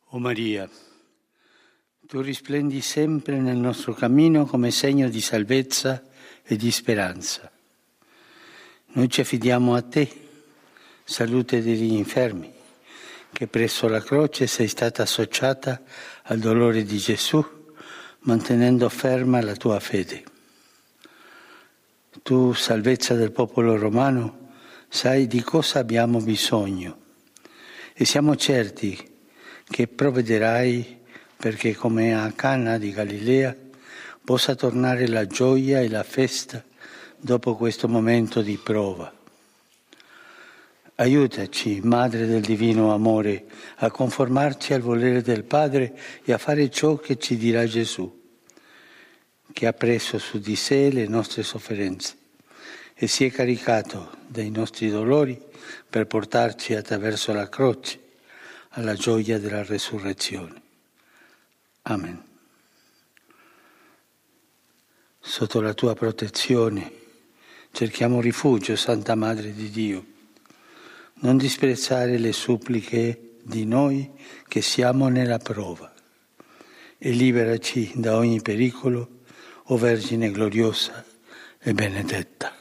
O Maria, tu risplendi sempre nel nostro cammino come segno di salvezza e di speranza. Noi ci affidiamo a te, salute degli infermi, che presso la croce sei stata associata al dolore di Gesù, mantenendo ferma la tua fede. Tu, salvezza del popolo romano, sai di cosa abbiamo bisogno e siamo certi che provvederai perché, come a Cana di Galilea, possa tornare la gioia e la festa dopo questo momento di prova. Aiutaci, Madre del Divino Amore, a conformarci al volere del Padre e a fare ciò che ci dirà Gesù, che ha preso su di sé le nostre sofferenze e si è caricato dei nostri dolori per portarci attraverso la croce alla gioia della resurrezione. Amen. Sotto la tua protezione cerchiamo rifugio, Santa Madre di Dio. Non disprezzare le suppliche di noi che siamo nella prova e liberaci da ogni pericolo, o Vergine gloriosa e benedetta.